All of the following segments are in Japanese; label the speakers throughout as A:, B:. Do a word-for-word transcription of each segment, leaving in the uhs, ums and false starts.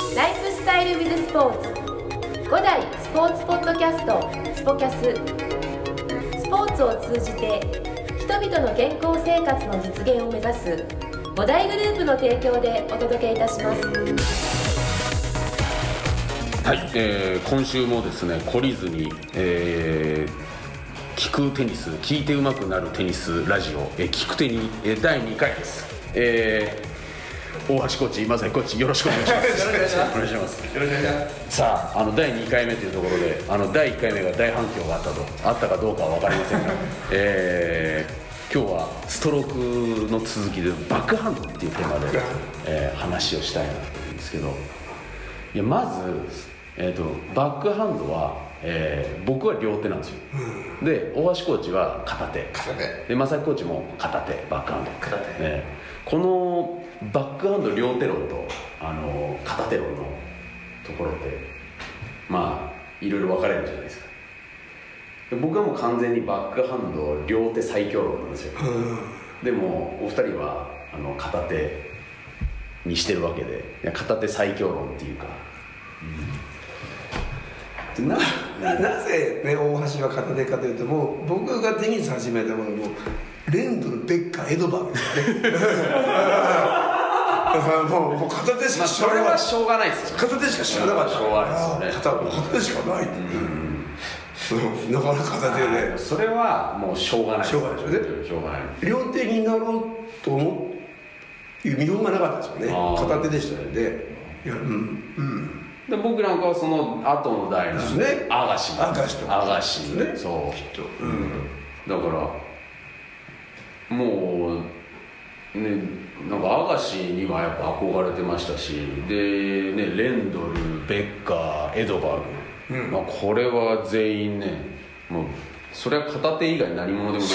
A: ライフスタイルウィズスポーツご代スポーツポッドキャストスポキャス。スポーツを通じて人々の健康生活の実現を目指すご代グループの提供でお届けいたします。
B: はい、えー、今週もですね懲りずに、えー、聞くテニス聞いてうまくなるテニスラジオ、えー、聞くテニ、えー、だいにかいです。えー大橋コーチ、正木コーチ、よろしくお願いします。よろしくお願いします。お願いします。よろしくお願いします。さあ、あのだいにかいめというところで、あのだいいっかいめが大反響があったと、あったかどうかは分かりませんが、えー、今日はストロークの続きでバックハンドっていうテーマで、えー、話をしたいなと思うんですけど、いやまず、えーと、バックハンドは、えー、僕は両手なんですよ、うん、で大橋コーチは片手、
C: 片手
B: で正木コーチも片手、バックハンド
C: 片手、
B: ね、このバックハンド両手論とあの片手論のところってまあいろいろ分かれるじゃないですか。で僕はもう完全にバックハンド両手最強論なんですよ、うん、でもお二人はあの片手にしてるわけで、いや片手最強論っていうか、
C: うん、な, な, なぜ、ね、大橋は片手かというと、もう僕がテニス始めた頃もレンドル、ベッカー、エドバーグですねもう、もう片手しか知らなかった、まあ、それはしょうがないですよ、ね、片手しか知らなかった、しょうがないですよね、片, 片手しかないって、うん、なかなか片手で、
B: それはもうしょうがないですよね、しょうがない、
C: 両手になろうと思ういう見本がなかったですよね、片手でしたので、いや、うんうん
B: で僕なんかはその後の代なんで、ね、アガシ
C: アガシと
B: アガシ
C: ね、
B: そう
C: きっと、
B: うん、だからもうね、なんかアガシにはやっぱ憧れてましたし、でね、レンドル、ベッカー、エドバーグ、うん、まあ、これは全員ね、もうそれは片手以外何者でも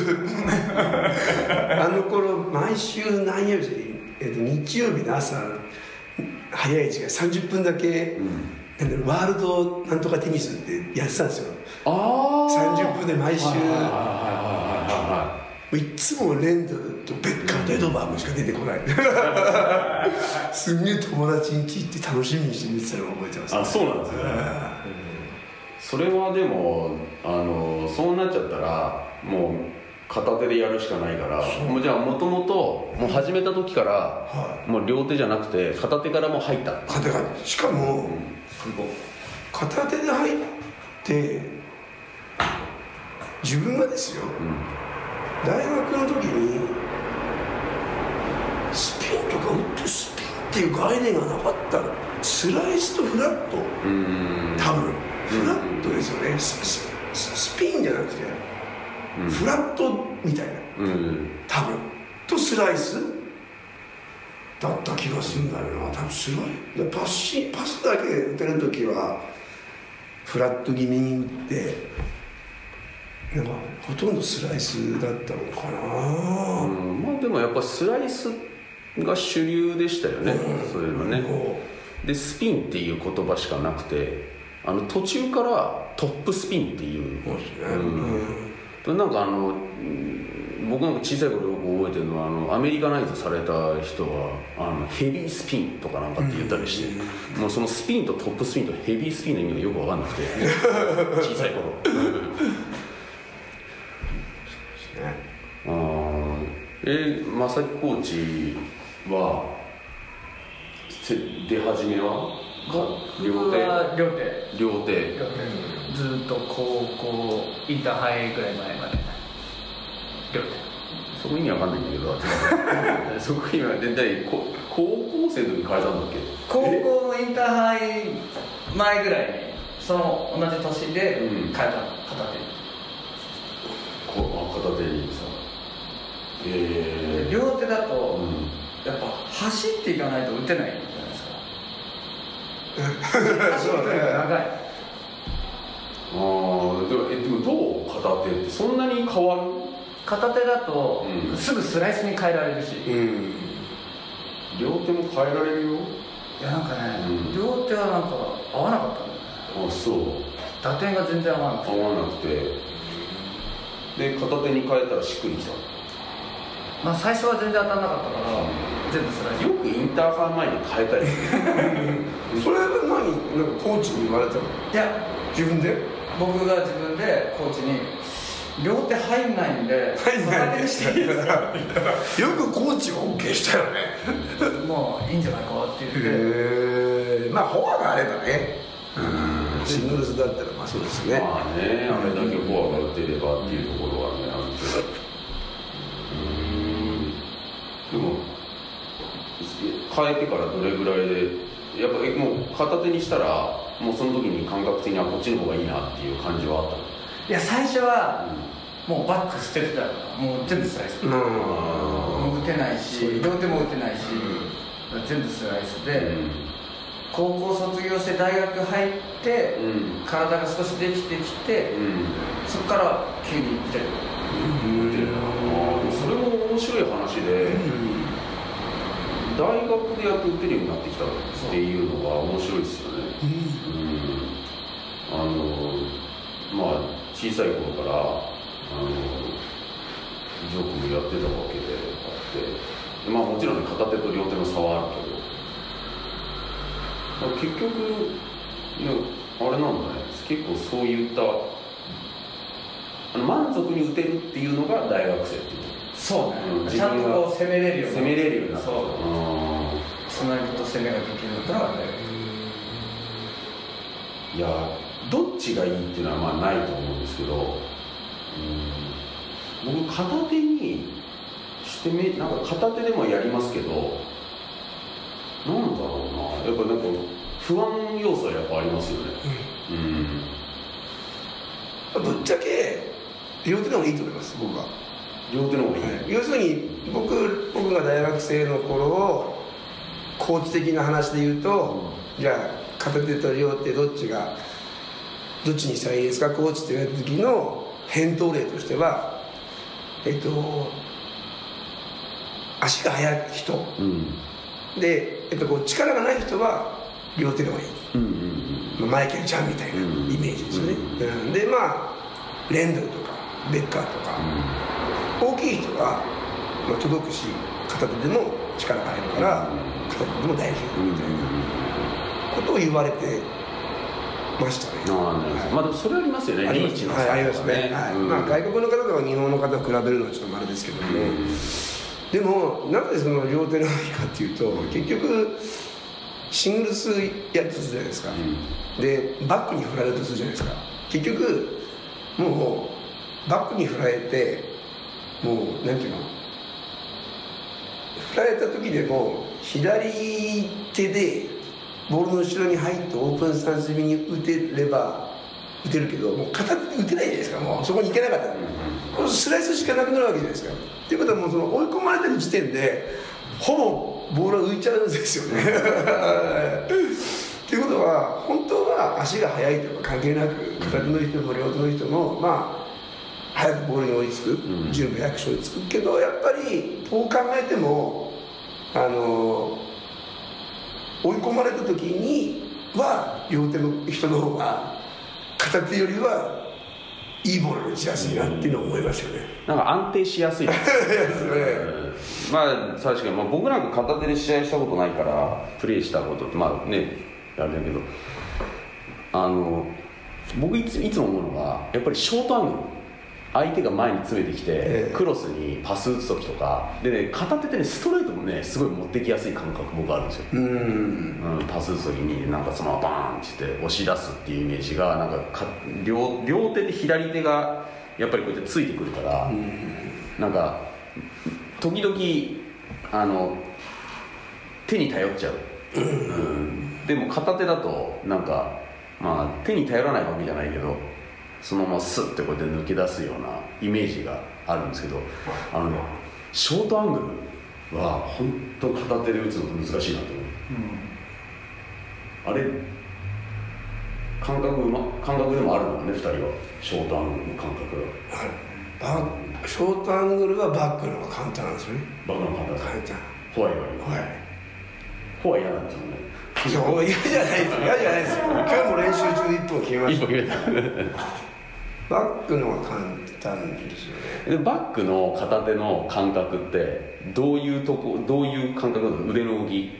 B: ない
C: あの頃毎週何曜日、えっと、日曜日の朝早い時間さんじゅっぷんだけ、うん、ワールドなんとかテニスってやってたんですよ。あさんじゅっぷんで毎週、いつもレンドルとベッカーとエドバーグしか出てこないすんげえ友達に聞いて楽しみにして見てたのを覚えてます、ね、
B: あ、そうなんですね、うん、それはでもあのそうなっちゃったらもう片手でやるしかないから、もうじゃあもともともう始めた時から、はい、もう両手じゃなくて片手からもう入った。
C: 片手から、しかも、うん、片手で入って自分がですよ、うん、大学の時にスピンとか打ってスピンっていう概念がなかった。スライスとフラット、うん、多分フラットですよね、うん、ス, ス, スピンじゃなくてうん、フラットみたいな、うん、多分とスライスだった気がするんだよな。多分スライパスパスだけ打てるときはフラット気味に打ってなんかほとんどスライスだったのかな、うん、
B: まあでもやっぱスライスが主流でしたよね、うん、そういうのね、うん、でスピンっていう言葉しかなくて、あの途中からトップスピンっていう、そうですね、うんうん、なんかあの僕なんか小さい頃よく覚えてるのは、あのアメリカナイズされた人はあのヘビースピンとかなんかって言ったりして、うん、もうそのスピンとトップスピンとヘビースピンの意味がよく分かんなくて小さい頃あえ正木コーチは出始めは両手
D: 両手
B: 両手
D: ずっと高校インターハイぐらい前まで両手。
B: そこ意味わかんないんだけどそこ今で高校生の時に変えたんだっけ。
D: 高校のインターハイ前ぐらいにその同じ年で変えた、うん、片手
B: こ片手にさ、
D: えー、両手だと、うん、やっぱ走っていかないと打てないじゃないですか足の距離が長い。
B: あーでも、えでもどう片手ってそんなに変わる？
D: 片手だと、うん、すぐスライスに変えられるし、うん、
B: 両手も変えられるよ。
D: いやなんかね、うん、両手はなんか合わなかったんだよね。
B: あ、そう。
D: 打点が全然合わなくて
B: 合わなくてで片手に変えたらしっくりきた。
D: まあ最初は全然当たんなかったから、 全部スライス。
B: よくインターハイ前に変えたり
C: それは何、なんかコーチに言われたの？
D: いや、
C: 自分で？
D: 僕が自分でコーチに両手入んないんで
C: 入んないんで
D: 片手にしていいですか
C: よくコーチが OK したよね
D: もういいんじゃないかって言って、
C: へえ、まあフォアがあればね、うん、シングルスだったらまあそうですね。
B: まあね、あれだけフォアが打てればっていうところはね、あるけど、うん、でも変えてからどれぐらいでやっぱりもう片手にしたらもうその時に感覚的にはこっちの方がいいなっていう感じはあったの？
D: いや最初は、うん、もうバック捨ててたからもう全部スライス、うん、もう打てないし両手も打てないし、うん、全部スライスで、うん、高校卒業して大学入って、うん、体が少しできてきて、うん、そこから急に打てる、
B: うん、打てるな。それも面白い話で、うん、大学でやっと打てるようになってきたっていうのが面白いですよね、うん、あのまあ小さい頃からあのジョークもやってたわけであって、まあもちろん、ね、片手と両手の差はあるけど結局、ね、あれなんだね、結構そういったあの満足に打てるっていうのが大学生っていう。
D: そうね、うん、ちゃんとこう攻めれるように
B: 攻めれるようになった。
D: そうつなぎと攻めができるのが大学。
B: いやどっちがいいっていうのはまあないと思うんですけど、うん、僕片手にしてみなんか片手でもやりますけど、なんだろうな、やっぱなんか不安要素はやっぱありますよね、
C: うんうん、ぶっちゃけ両手でもいいと思います。僕は
B: 両手の方がいい、
C: はい、要するに 僕, 僕が大学生の頃をコーチ的な話で言うと、うん、じゃあ片手と両手どっちがどっちにしたらいいですかコーチって言われた時の返答例としては、えっと足が速い人、うん、でやっぱこう力がない人は両手の方がいい、うんうんうん、マイケルちゃんみたいなイメージですよね、うんうん、でまあレンドルとかベッカーとか、うん、大きい人は、まあ、届くし片手でも力が入るから、うん、片手でも大丈夫みたいなことを言われてましたね。
B: あ、はい、まあでもそれありますよね、リーチの差、
C: はい、ありますね、はい、うん、まあ、外国の方とか日本の方を比べるのはちょっとあれですけども、うん、でもなぜその両手の方がいいかっていうと、結局シングルスやるとするじゃないですか、うん、でバックに振られるとするじゃないですか。結局もうバックに振られてもうなんていうの振られた時でも左手でボールの後ろに入ってオープンスタンス気味に打てれば打てるけど、もう片手で打てないじゃないですか。もうそこに行けなかったら、うん、スライスしかなくなるわけじゃないですか。っていうことはもうその追い込まれてる時点でほぼボールは浮いちゃうんですよねっていうことは本当は足が速いとか関係なく片手の人も両手の人もまあ早くボールに追いつく、うん、準備早く追いつくけど、やっぱりどう考えてもあの追い込まれた時には両手の人の方が片手よりはいいボールを打ちやすいなっていうのを思いますよね。
B: なんか安定しやすいですねまあ確かに、まあ、僕なんか片手で試合したことないからプレーしたことってまあねあれだけど、あの僕いつ、いつも思うのがやっぱりショートアングル、相手が前に詰めてきて、えー、クロスにパス打つ時とかで、ね、片手で、ね、ストレートもねすごい持ってきやすい感覚僕あるんですよ。うん、うん、パス打つ時になんかそのままバーンって押し出すっていうイメージがなんかか 両, 両手で左手がやっぱりこうやってついてくるから、うん、なんか時々あの手に頼っちゃう、うんうん、でも片手だとなんかまあ手に頼らないわけじゃないけどそのままスッてこうやって抜け出すようなイメージがあるんですけど、あのねショートアングルは本当片手で打つのって難しいなと思う、うん、あれ感覚、ま、感覚でもあるのかね、ふたりはショートアングルの感覚が、
C: はい、ショートアングルはバックの方が簡単なんですよね。
B: バックの方が簡単、フォアよりも、はい、フォア嫌なんですよね。
C: いや嫌じゃないですよ、嫌じゃないですよ。今日も練習中でいっぽん決めました。いっぽん決めたバックの方が簡単ですよね。
B: でバックの片手の感覚ってどういうとこどういう感覚なの？腕の動き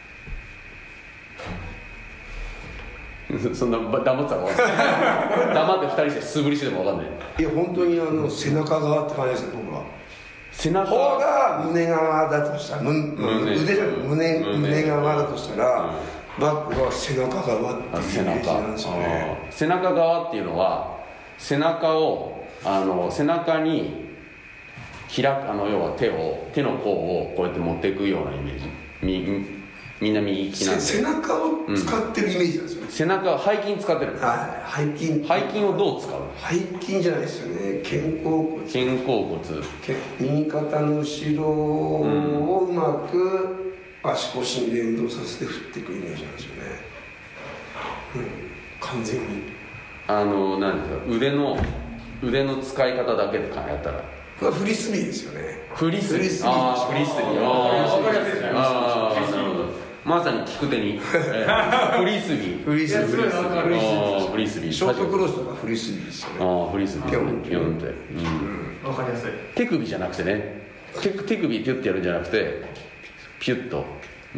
B: そんな黙ってたら分かんない黙ってふたりして素振りしても分かんない。
C: いや本当にあの背中側って感じですよ僕は。
B: 背中
C: 方が胸側だとしたら胸腕じゃない 胸, 胸側だとしたら、うん、バックは背中側っていうイメージなんですよね。
B: 背中側っていうのは背中をあの背中に開くあの要は手を手の甲をこうやって持っていくようなイメージ。みみんな右利きなんで
C: 背中を使ってるイメージなんですよね、
B: うん、背中背筋使ってる。
C: はい背筋
B: 背筋をどう使う？
C: 背筋じゃないですよね。肩甲骨
B: 肩甲骨
C: 右肩の後ろをうまく足腰に連動させて振っていくイメージなんですよね、うん、完全に
B: あの何ですか腕の腕の使い方だけで考えたら
C: フリスビーですよね。
B: フリスビー。ああフリスビー。ああ分かりやすいですね。ああなるほど。まさに聞く手に、えー、フリスビー。
C: フリスビー。フリスビー。
B: フリスビー。
C: ショートクロスとかフリスビーですよね。
B: ああフリスビー。
C: ピョン
B: ピョンって。
D: うん。わかりやすい。
B: 手首じゃなくてね。手手首ピュッてやるんじゃなくてピュッと。うん。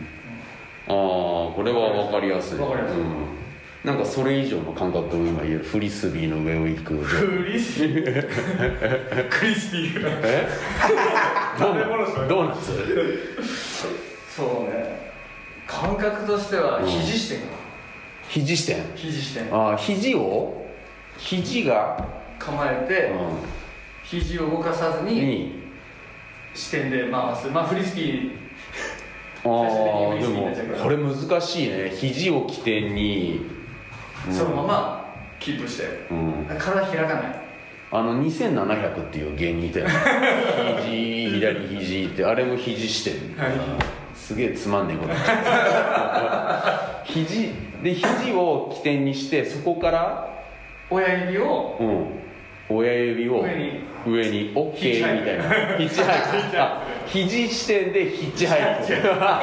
B: ああこれは分かりやすい。
D: わかりやすい。
B: うんなんかそれ以上の感覚を今言える。フリスビーの上を行く
D: フリスビークリスピー
B: えドーナツ
D: そうね感覚としては肘視点かな、うん、
B: 肘視点
D: 肘視点
B: ああ肘を肘が
D: 構えて、うん、肘を動かさずに視点で回すまあフリスビー
B: ああでもこれ難しいね。肘を起点に
D: うん、そのままキープして、うん、体開かない。
B: あのにせんななひゃくっていう芸人いたよね肘左肘ってあれも肘視点、はい、すげえつまんねえこと肘で肘を起点にしてそこから
D: 親指を、
B: うん、親指を
D: 上に
B: 上に OK みたいなヒッチハイクあ肘視点でヒッチハイク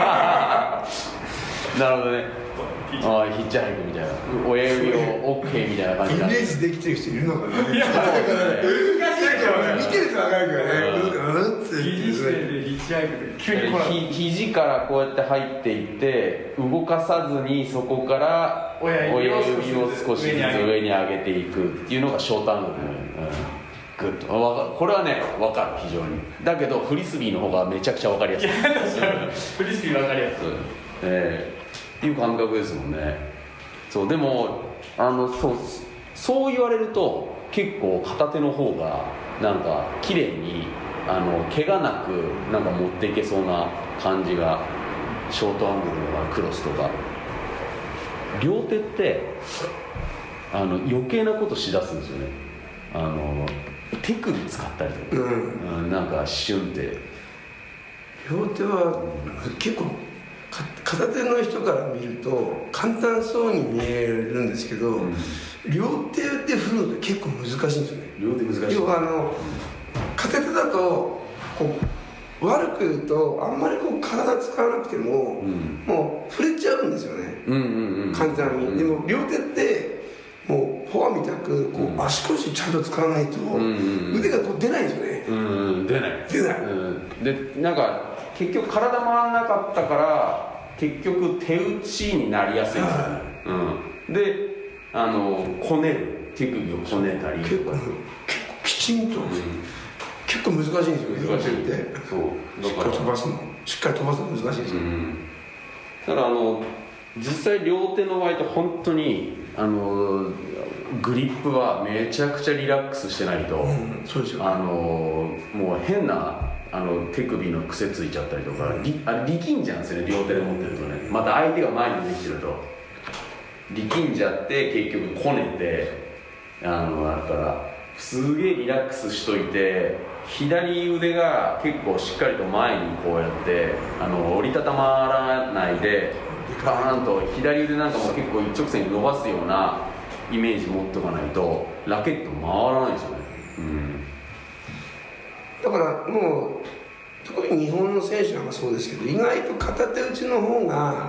B: なるほどね。ああヒッチハイクみたいな親指を OK みたいな感じ
C: イメージできてる人いるのかな。
D: いや難しいから
C: ね見てると分かるからね
D: うんって肘視点でヒッチハイクで急にこ
B: ひ肘からこうやって入っていって動かさずにそこから親指を少しずつ上に上げていくっていうのがショートアングル、うん、グッとこれはね分かる非常に。だけどフリスビーの方がめちゃくちゃ分かりやすい。
D: フリスビー分かりやすい、
B: えーっていう感覚ですもんね。そうでもあのそうそう言われると結構片手の方がなんか綺麗にあの怪我なくなんか持っていけそうな感じがショートアングルとかクロスとか。両手ってあの余計なことしだすんですよね。あの手首使ったりとか、うんうん、なんかシュンって
C: 両手は結構片手の人から見ると簡単そうに見えるんですけど、うん、両手で振るのって結構難しいんですよね。
B: 両手難しい。
C: 要はあの、うん、片手だとこう悪く言うとあんまりこう体使わなくても、うん、もう触れちゃうんですよね、うんうんうん、簡単に、うん、でも両手ってもうフォアみたくこう、うん、足腰ちゃんと使わないと、うんうん、腕がこう出ないんですよね、
B: うんうん、出ない
C: 出ない、
B: うん、でなんか結局体回らなかったから結局手打ちになりやすいんですよ、うん、であのこねる手首をこねたり
C: 結構結構きちんと、うん、結構難しいんですよ
B: 難しいって
C: そうしっかり飛ばすのしっかり飛ばすの難しいんですよ、うん、
B: だからあの実際両手の場合って本当にあのグリップはめちゃくちゃリラックスしてないと、うん、そうですよ、ね、あのもう変なあの手首の癖ついちゃったりとか、うん、りあれ力んじゃうんですよね両手で持ってるとね。また相手が前にできてると力んじゃって結局こねてあのあるからすげえリラックスしといて左腕が結構しっかりと前にこうやってあの折りたたまらないでバーンと左腕なんかも結構一直線に伸ばすようなイメージ持っておかないとラケット回らないですよね、うん、
C: だからもう特に日本の選手なんかそうですけど意外と片手打ちの方がこ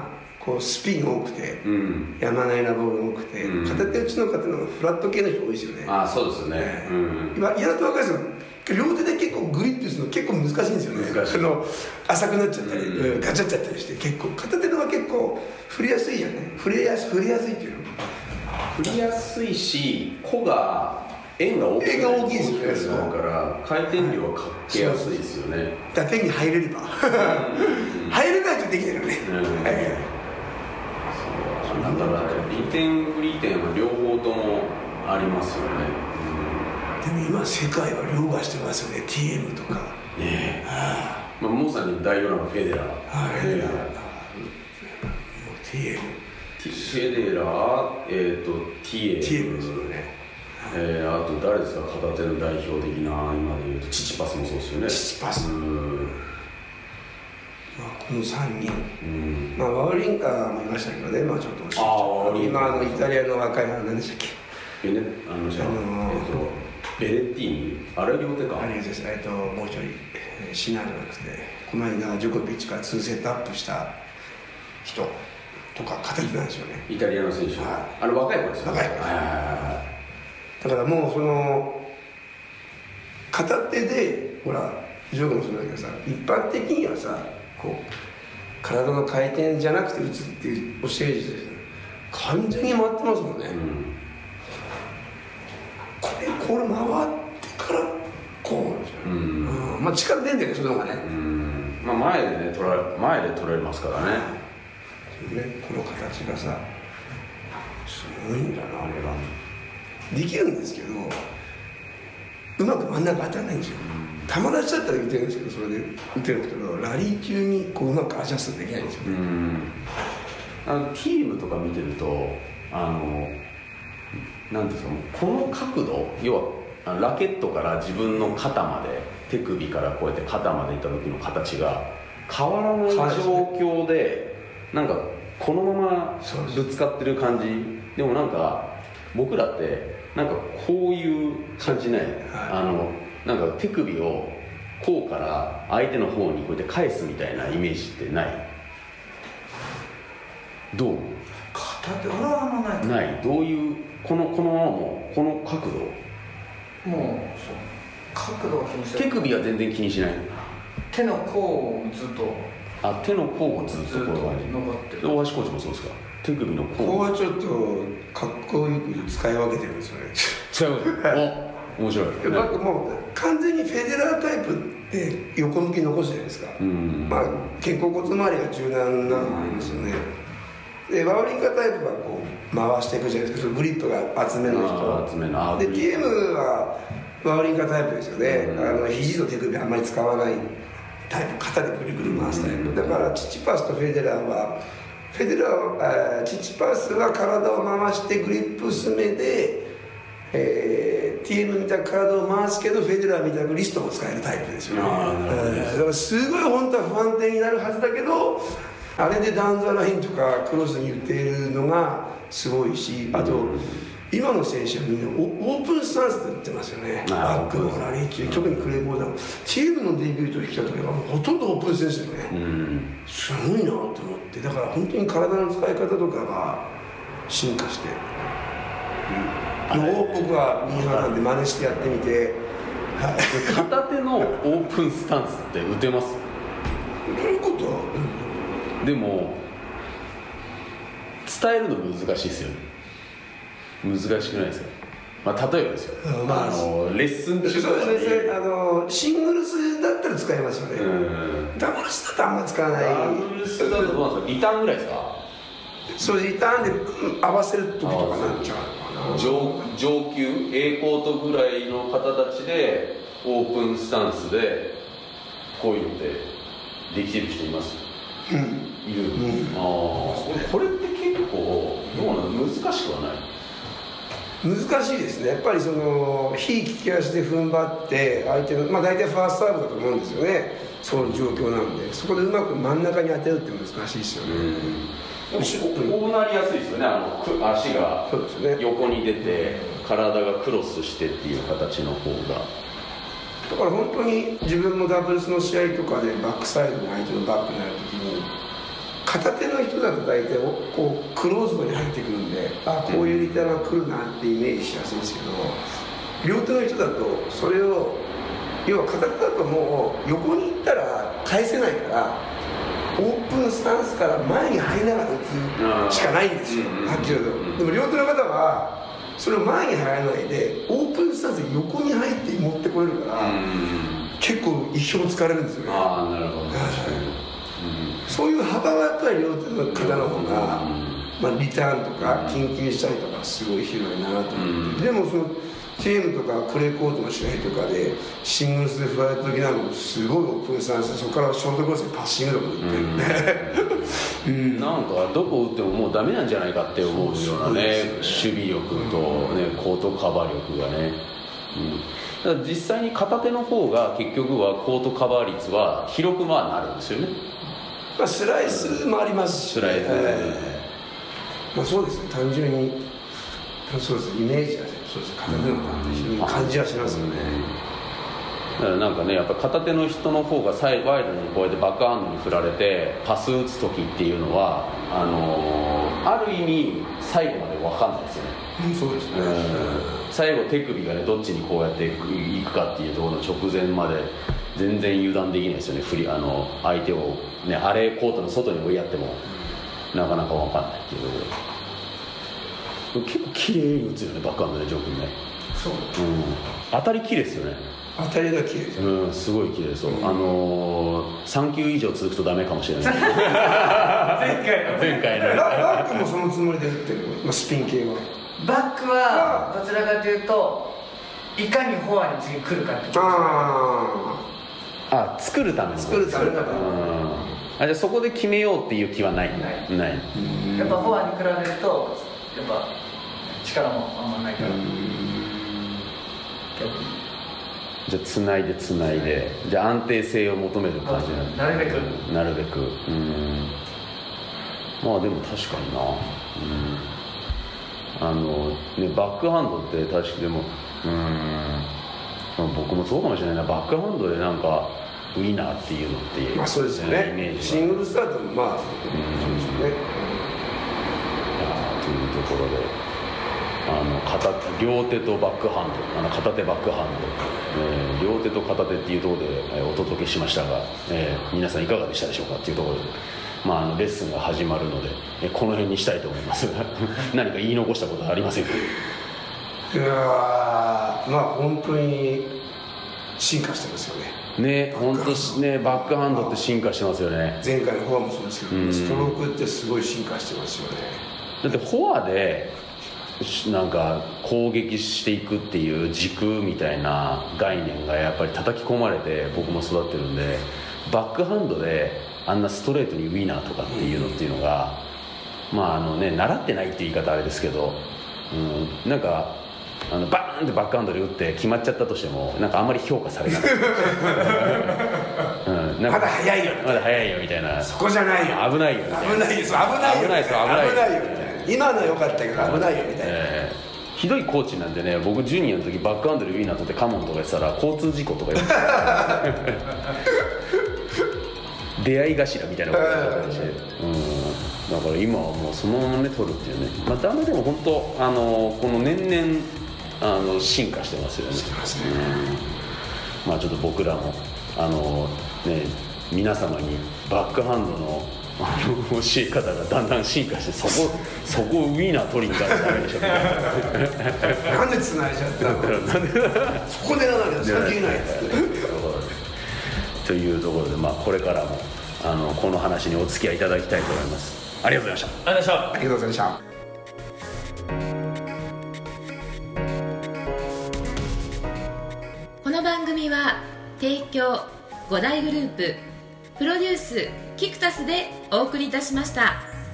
C: こうスピン多くて、
B: うん、
C: やまないなボール多くて、うん、片手打ちの方のフラット系の人多いですよね。
B: ああそうですよね、
C: えーうん、今やると分かるんですよ。両手で結構グリッとするの結構難しいんですよね。難しい。あの浅くなっちゃったり、うん、ガチャっちゃったりして結構片手のは結構振りやすいじゃんね。振りやす振りやすいっていうの
B: 振りやすいし個が円が大きい
C: 円が大きいですよね。
B: だから回転量はかけやすいですよね。
C: だから手に入れれば入れないとできないよね、うんはい、
B: そうだから利点不利点は両方ともありますよね、
C: うん、でも今世界は凌駕してますよね。 ティーエム とかね
B: え、はあまあ、モーさんに代表なのフェデラー、
C: はい、フェデラー ティーエム
B: フェデラー、えーと、ティーエム
C: ティーエム ですよね。
B: えー、あと誰ですか片手の代表的な今でいうとチチパスもそうですよね。
C: チチパス、うんまあ、このさんにん、
B: うん
C: まあ、ワウリンカーもいましたけどね、まあ、ちょっと
B: あワウリンカ
C: 今のイタリアの若いの何でしたっけ、
B: ベネあのじゃあ、あのーえー、とベレッティーニあれ両手か
C: あれです、えー、ともう一人シナじゃなくてこの間ジョコビッチからツーセットアップした人とか片手なんですよね。
B: イタリアの選手、はい、あの若い子ですよね。
C: 若い子です、だからもうその片手でほらジョークもそうだけどさ、一般的にはさこう体の回転じゃなくて打つっていう教えるですよ。完全に回ってますもんね、うん、これこれ回ってからこうなんですよ、うんうん、まあ力出んだよねその方がね、
B: うんまあ、前でね取られ前で取れますからね、
C: ねこの形がさすごいんだなあれができるんですけどうまく真ん中当たらないんですよ。球出しだったら打てるんですけどそれで打てるんですけどラリー中にこううまくアジャストできないんですよね。
B: うんあのチームとか見てるとあのなんですかこの角度要はラケットから自分の肩まで手首からこうやって肩までいった時の形が変わらない状況でなんかこのままぶつかってる感じでもなんか僕らってなんかこういう感じない、はい、あのなんか手首をこうから相手の方にこうやって返すみたいなイメージってない？どう？
D: 片手はあんまない。
B: ない。どういうこのこのままもこの角度
D: もうそう角度を気にして
B: 手首は全然気にしない。
D: 手の甲をずっと
B: あ手の甲をずっとこういう感じ。
D: 残ってる。
B: 大橋コーチもそうですか？手首の甲。
C: ここはちょっとかっこよく使い分けてるんですよね。
B: 使い分けてる。お面白い。
C: なんかもう完全にフェデラータイプって横向き残すじゃないですか。
B: うん
C: まあ肩甲骨周りが柔軟なんですよね。でワウリンカタイプはこう回していくじゃないですか。グリップが厚めの人。
B: 厚めの。
C: で ティーエム はワウリンカタイプですよね。うん、あの肘と手首あんまり使わないタイプ、肩でぐるぐる回すタイプ。だからチチパスとフェデラーはフェデラーチチパスは体を回してグリップ薄めで。えー、ティーエム みたく体を回すけどフェデラーみたくリストも使えるタイプですよね。だからすごい本当は不安定になるはずだけどあれでダウンザラインとかクロスに打っているのがすごいし、あと今の選手はみんなオープンスタンスで打ってますよね。バックのラリー中特にクレイボーダーチームのデビュートで来た時はほとんどオープン選手だよね、うん、すごいなと思って。だから本当に体の使い方とかが進化して、うんのを僕はミーハーなんで真似してやってみて、
B: はい、片手のオープンスタンスって打てます？
C: どういうこと？
B: でも伝えるの難しいですよね。難しくないですか？まあ、例えばですよ、まあ、あのレッスン中とか
C: そうですね、あのシングルスだったら使えますよね。ダブルスだとあんま使わない。
B: ダブルスだとどうなんですか？リターンぐらいですか？
C: そうリターンで合わせる時とかなっちゃう。
B: 上, 上級 A コートぐらいの方たちでオープンスタンスでこういうのってできてる人います？
C: うん、
B: いる、うん、ああこれって結構どうなの？難しくはない？
C: 難しいですね。やっぱりその非利き足で踏ん張って相手のまあ大体ファーストサーブだと思うんですよね。そういう状況なんでそこでうまく真ん中に当てるって難しいですよね。
B: でもこうなりやすいですよね。あの足が横に出て体がクロスしてっていう形の方が。
C: だから本当に自分もダブルスの試合とかでバックサイドに相手のバックになるときに片手の人だと大体こうクローズドに入ってくるんで、あこういうリターンが来るなってイメージしやすいんですけど、両手の人だとそれを要は片手だともう横に行ったら返せないから、オープンスタンスから前に入りながら打つしかないんですよ、はっきり言うと。でも両手の方はそれを前に入らないでオープンスタンスで横に入って持ってこれるから、結構一生疲れるんですよね。
B: ああなるほど、
C: そういう幅はやっぱり両手の方の方が、まあ、リターンとか緊急したりとかすごい広いなと思って、でもそのチームとかクレーコートの試合とかでシングルスで振られた時なんかすごいオープンスタンスで、そこからショートコースでパッシングとか打ってるんで、
B: うん、なんかどこ打ってももうダメなんじゃないかって思うようなね、守備力と、ね、コートカバー力がね、うん、だから実際に片手の方が結局はコートカバー率は広くまあなるんですよね。
C: まあ、スライスもありますし、
B: スライス、
C: えーまあ、そうですね、単純にそうですイメージはそうです片手の方が感じはしますよね。
B: だからなんかね、やっぱ片手の人の方がサイワイドにこうやってバックハンドに振られてパス打つ時っていうのはあのー、ある意味最後まで分かんないですよね。
C: うん、そうですね、うん、
B: 最後手首がねどっちにこうやっていくかっていうところの直前まで全然油断できないですよね。振りあの相手をねあれコートの外に追いやってもなかなか分かんないっていうところで、結構綺麗に打つよねバックハンドでジョー君ね。
C: そう、
B: うん、当たり綺麗ですよね。
C: 当たりが綺麗ですよ、
B: うん、すごい綺麗ですよ、うん、あのー、さん球以上続くとダメかもしれない前回の前回の
C: バックもそのつもりで打ってる、まあ、スピン系は
D: バックはどちらかというといかにフォアに次来るかってことです。
B: ああ作るための
C: 作るための、うん、
B: あじゃあそこで決めようっていう気はない
D: ない
B: ない。
D: やっぱフォアに比べるとやっぱ力もあんまないから、逆に
B: じゃあつないでつないで、じゃあ安定性を求める感じなん
D: なるべく
B: なるべくうんまあでも確かにな、うん、あのねバックハンドって確かでもうん、まあ、僕もそうかもしれないな。バックハンドでなんかウィナーっていうのっていう、
C: まあそうですよね、
B: イメージ
C: シングルスタートもまあ、うん、そうですよね。
B: というところであの片両手とバックハンド、あの片手バックハンド、えー、両手と片手っていうところで、えー、お届けしましたが、えー、皆さんいかがでしたでしょうかっていうところで、まあ、あのレッスンが始まるので、えー、この辺にしたいと思います何か言い残したことはありませんか？
C: いやまあ本当に進化してますよね。
B: ね、本当ね、バックハンドって進化してますよね。
C: 前回のフォアもそうですけど、うん、ストロークってすごい進化してますよね。
B: だってフォアでなんか攻撃していくっていう軸みたいな概念がやっぱり叩き込まれて僕も育ってるんで、バックハンドであんなストレートにウィナーとかっていうのっていうのが、まああのね習ってないっていう言い方あれですけど、うん、なんかあのバーンってバックハンドで打って決まっちゃったとしてもなんかあんまり評価されなかった、うん、なんか
C: まだ早いよ
B: まだ早いよみたいな、
C: そこじゃないよ
B: 危ないよみたいな、
C: 危ないです危ないよ
B: 危ないです危ないよ
C: 危ないよみたいな、今の良かったけど危ないよみたいな、
B: えー、ひどいコーチなんでね、僕ジュニアの時バックハンドでウィナー取ってカモンとか言ってたら交通事故とか言って出会い頭みたいなことやってたし、うん、だから今はもうそのままね取るっていうね、まあダメでも本当あのこの年々あの進化してますよね。
C: してますね、
B: うん、まあちょっと僕らもあのね皆様にバックハンドのあの教え方がだんだん進化して、そこそこをウィーナー取りに行かないとダメでしょ
C: なんで繋いじゃったのそこでやらなきゃ先いないっつって
B: というところで、まあ、これからもあのこの話にお付き合いいただきたいと思います。ありがとうございました。
D: ありがとうございました。
C: ありがとうございました。
A: この番組は提供五大グループプロデュースキクタスでお送りいたしました。